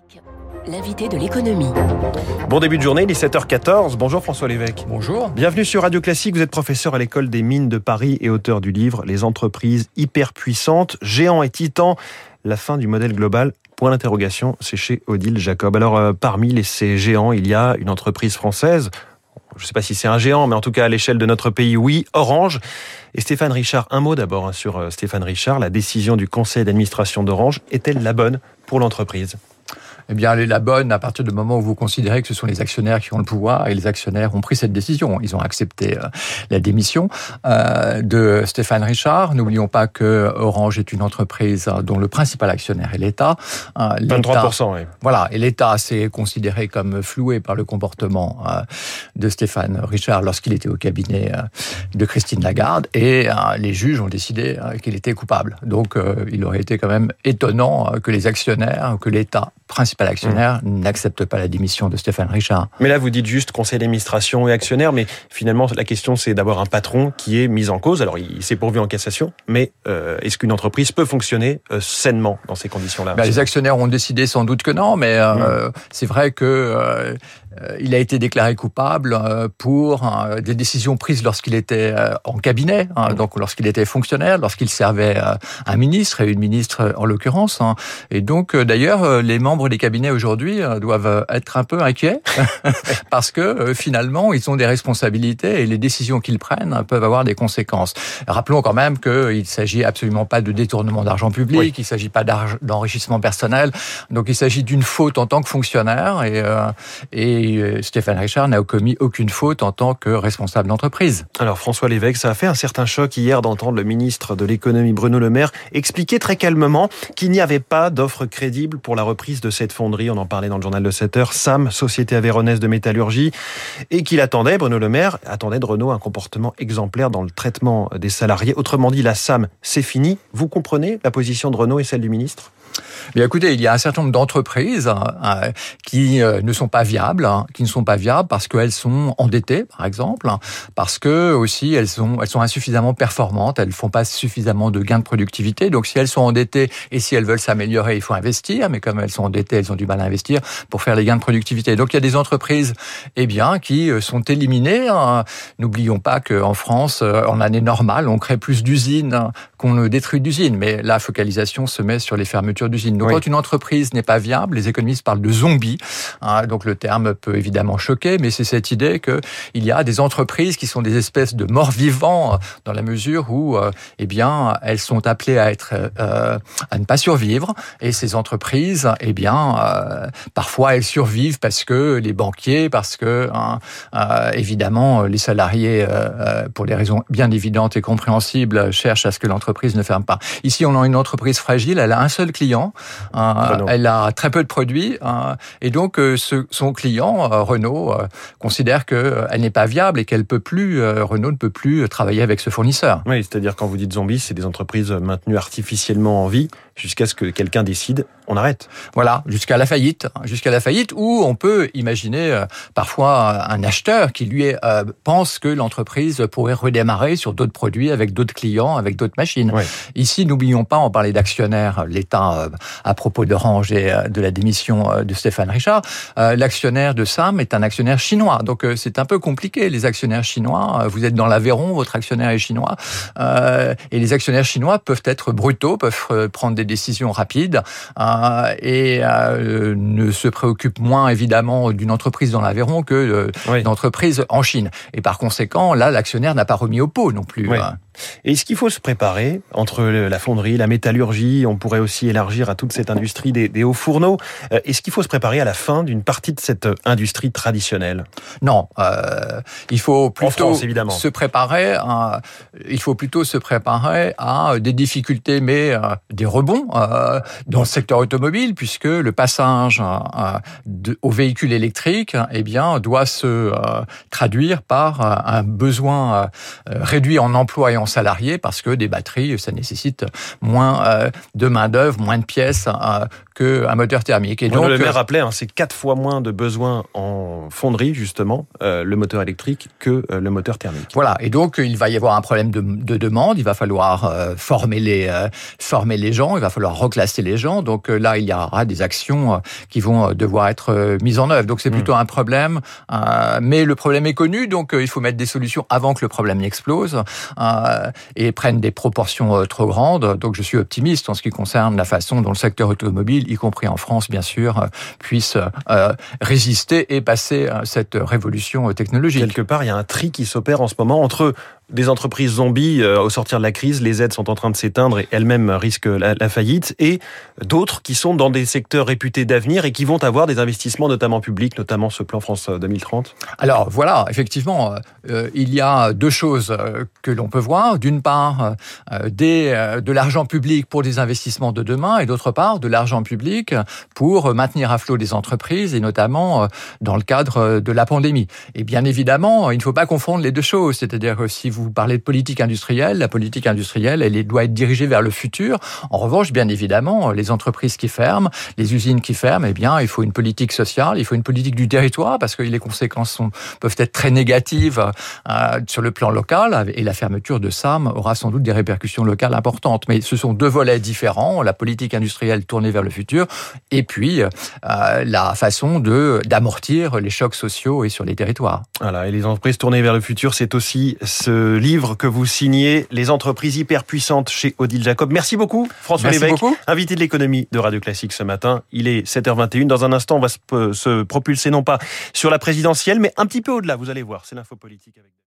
L'invité de l'économie. Bon début de journée, il est 7h14. Bonjour François Lévesque. Bonjour. Bienvenue sur Radio Classique. Vous êtes professeur à l'école des mines de Paris et auteur du livre « Les entreprises hyper puissantes, géants et titans, la fin du modèle global ». Point d'interrogation, c'est chez Odile Jacob. Alors parmi ces géants, il y a une entreprise française. Je ne sais pas si c'est un géant, mais en tout cas à l'échelle de notre pays, oui, Orange. Et Stéphane Richard, un mot d'abord sur Stéphane Richard. La décision du conseil d'administration d'Orange est-elle la bonne pour l'entreprise ? Eh bien, elle est la bonne à partir du moment où vous considérez que ce sont les actionnaires qui ont le pouvoir, et les actionnaires ont pris cette décision. Ils ont accepté la démission de Stéphane Richard. N'oublions pas que Orange est une entreprise dont le principal actionnaire est l'État. 23%, oui. Voilà, et l'État s'est considéré comme floué par le comportement de Stéphane Richard lorsqu'il était au cabinet de Christine Lagarde, et les juges ont décidé qu'il était coupable. Donc, il aurait été quand même étonnant que les actionnaires, que l'État principal actionnaire n'accepte pas la démission de Stéphane Richard. Mais là, vous dites juste conseil d'administration et actionnaire, mais finalement, la question, c'est d'avoir un patron qui est mis en cause. Alors, il s'est pourvu en cassation, mais est-ce qu'une entreprise peut fonctionner sainement dans ces conditions-là ? Les actionnaires ont décidé sans doute que non, mais c'est vrai que il a été déclaré coupable pour des décisions prises lorsqu'il était en cabinet, donc lorsqu'il était fonctionnaire, lorsqu'il servait un ministre et une ministre en l'occurrence. Et donc, d'ailleurs, les membres des cabinets aujourd'hui doivent être un peu inquiets parce que finalement, ils ont des responsabilités et les décisions qu'ils prennent peuvent avoir des conséquences. Rappelons quand même qu'il ne s'agit absolument pas de détournement d'argent public, il ne s'agit pas d'enrichissement personnel, donc il s'agit d'une faute en tant que fonctionnaire et Stéphane Richard n'a commis aucune faute en tant que responsable d'entreprise. Alors François Lévesque, ça a fait un certain choc hier d'entendre le ministre de l'économie Bruno Le Maire expliquer très calmement qu'il n'y avait pas d'offre crédible pour la reprise de cette fonderie. On en parlait dans le journal de 7h, SAM, Société Aveyronnaise de Métallurgie, et qu'il attendait, Bruno Le Maire attendait de Renault un comportement exemplaire dans le traitement des salariés. Autrement dit, la SAM, c'est fini. Vous comprenez la position de Renault et celle du ministre ? Mais écoutez, il y a un certain nombre d'entreprises qui ne sont pas viables, parce qu'elles sont endettées, par exemple, parce que aussi elles sont insuffisamment performantes, elles font pas suffisamment de gains de productivité. Donc si elles sont endettées et si elles veulent s'améliorer, il faut investir. Mais comme elles sont endettées, elles ont du mal à investir pour faire les gains de productivité. Donc il y a des entreprises, qui sont éliminées. N'oublions pas qu'en France, en année normale, on crée plus d'usines qu'on ne détruit d'usines. Mais la focalisation se met sur les fermetures d'usines. Donc, quand une entreprise n'est pas viable, les économistes parlent de zombies. Donc, le terme peut évidemment choquer, mais c'est cette idée qu'il y a des entreprises qui sont des espèces de morts-vivants dans la mesure où, elles sont appelées à ne pas survivre. Et ces entreprises, parfois, elles survivent parce que les banquiers, parce que, évidemment, les salariés, pour des raisons bien évidentes et compréhensibles, cherchent à ce que l'entreprise ne ferme pas. Ici, on a une entreprise fragile, elle a un seul client, elle a très peu de produits, et donc son client, Renault, considère qu'elle n'est pas viable et Renault ne peut plus travailler avec ce fournisseur. Oui, c'est-à-dire quand vous dites zombies, c'est des entreprises maintenues artificiellement en vie jusqu'à ce que quelqu'un décide, on arrête. Voilà, jusqu'à la faillite, où on peut imaginer parfois un acheteur qui lui pense que l'entreprise pourrait redémarrer sur d'autres produits, avec d'autres clients, avec d'autres machines. Oui. Ici, n'oublions pas, on parlait d'actionnaires, l'État à propos d'Orange et de la démission de Stéphane Richard. L'actionnaire de SAM est un actionnaire chinois, donc c'est un peu compliqué. Les actionnaires chinois, vous êtes dans l'Aveyron, votre actionnaire est chinois, et les actionnaires chinois peuvent être brutaux, peuvent prendre des décisions rapides, et ne se préoccupe moins évidemment d'une entreprise dans l'Aveyron que d'une entreprise en Chine. Et par conséquent, là, l'actionnaire n'a pas remis au pot non plus. Oui. Et est-ce qu'il faut se préparer entre la fonderie, la métallurgie, on pourrait aussi élargir à toute cette industrie des hauts fourneaux, est-ce qu'il faut se préparer à la fin d'une partie de cette industrie traditionnelle ? Non, il faut plutôt France, évidemment. se préparer à des difficultés, mais des rebonds dans le secteur automobile, puisque le passage au véhicule électrique, doit se traduire par un besoin réduit en emploi et en salariés parce que des batteries, ça nécessite moins de main-d'œuvre, moins de pièces qu'un moteur thermique. Et donc, le maire rappelait, c'est 4 fois moins de besoin en fonderie, justement, le moteur électrique que le moteur thermique. Voilà. Et donc, il va y avoir un problème de demande. Il va falloir former les gens. Il va falloir reclasser les gens. Donc là, il y aura des actions qui vont devoir être mises en œuvre. Donc c'est plutôt un problème. Mais le problème est connu. Donc il faut mettre des solutions avant que le problème n'explose et prenne des proportions trop grandes. Donc je suis optimiste en ce qui concerne la façon dont le secteur automobile, y compris en France, bien sûr, puisse résister et passer cette révolution technologique. Quelque part, il y a un tri qui s'opère en ce moment entre des entreprises zombies au sortir de la crise, les aides sont en train de s'éteindre et elles-mêmes risquent la faillite, et d'autres qui sont dans des secteurs réputés d'avenir et qui vont avoir des investissements notamment publics, notamment ce plan France 2030. Alors voilà, effectivement, il y a deux choses que l'on peut voir. D'une part, de l'argent public pour des investissements de demain, et d'autre part, de l'argent public pour maintenir à flot des entreprises, et notamment dans le cadre de la pandémie. Et bien évidemment, il ne faut pas confondre les deux choses, c'est-à-dire que si vous parlez de politique industrielle, la politique industrielle, elle doit être dirigée vers le futur. En revanche, bien évidemment, les entreprises qui ferment, les usines qui ferment, eh bien, il faut une politique sociale, il faut une politique du territoire, parce que les conséquences peuvent être très négatives sur le plan local, et la fermeture de SAM aura sans doute des répercussions locales importantes. Mais ce sont deux volets différents, la politique industrielle tournée vers le futur, et puis la façon d'amortir les chocs sociaux et sur les territoires. Voilà, et les entreprises tournées vers le futur, c'est aussi ce livre que vous signez, Les entreprises hyper puissantes, chez Odile Jacob. Merci beaucoup, François Lévesque, invité de l'économie de Radio Classique ce matin. Il est 7h21. Dans un instant, on va se propulser non pas sur la présidentielle, mais un petit peu au-delà. Vous allez voir, c'est l'info politique avec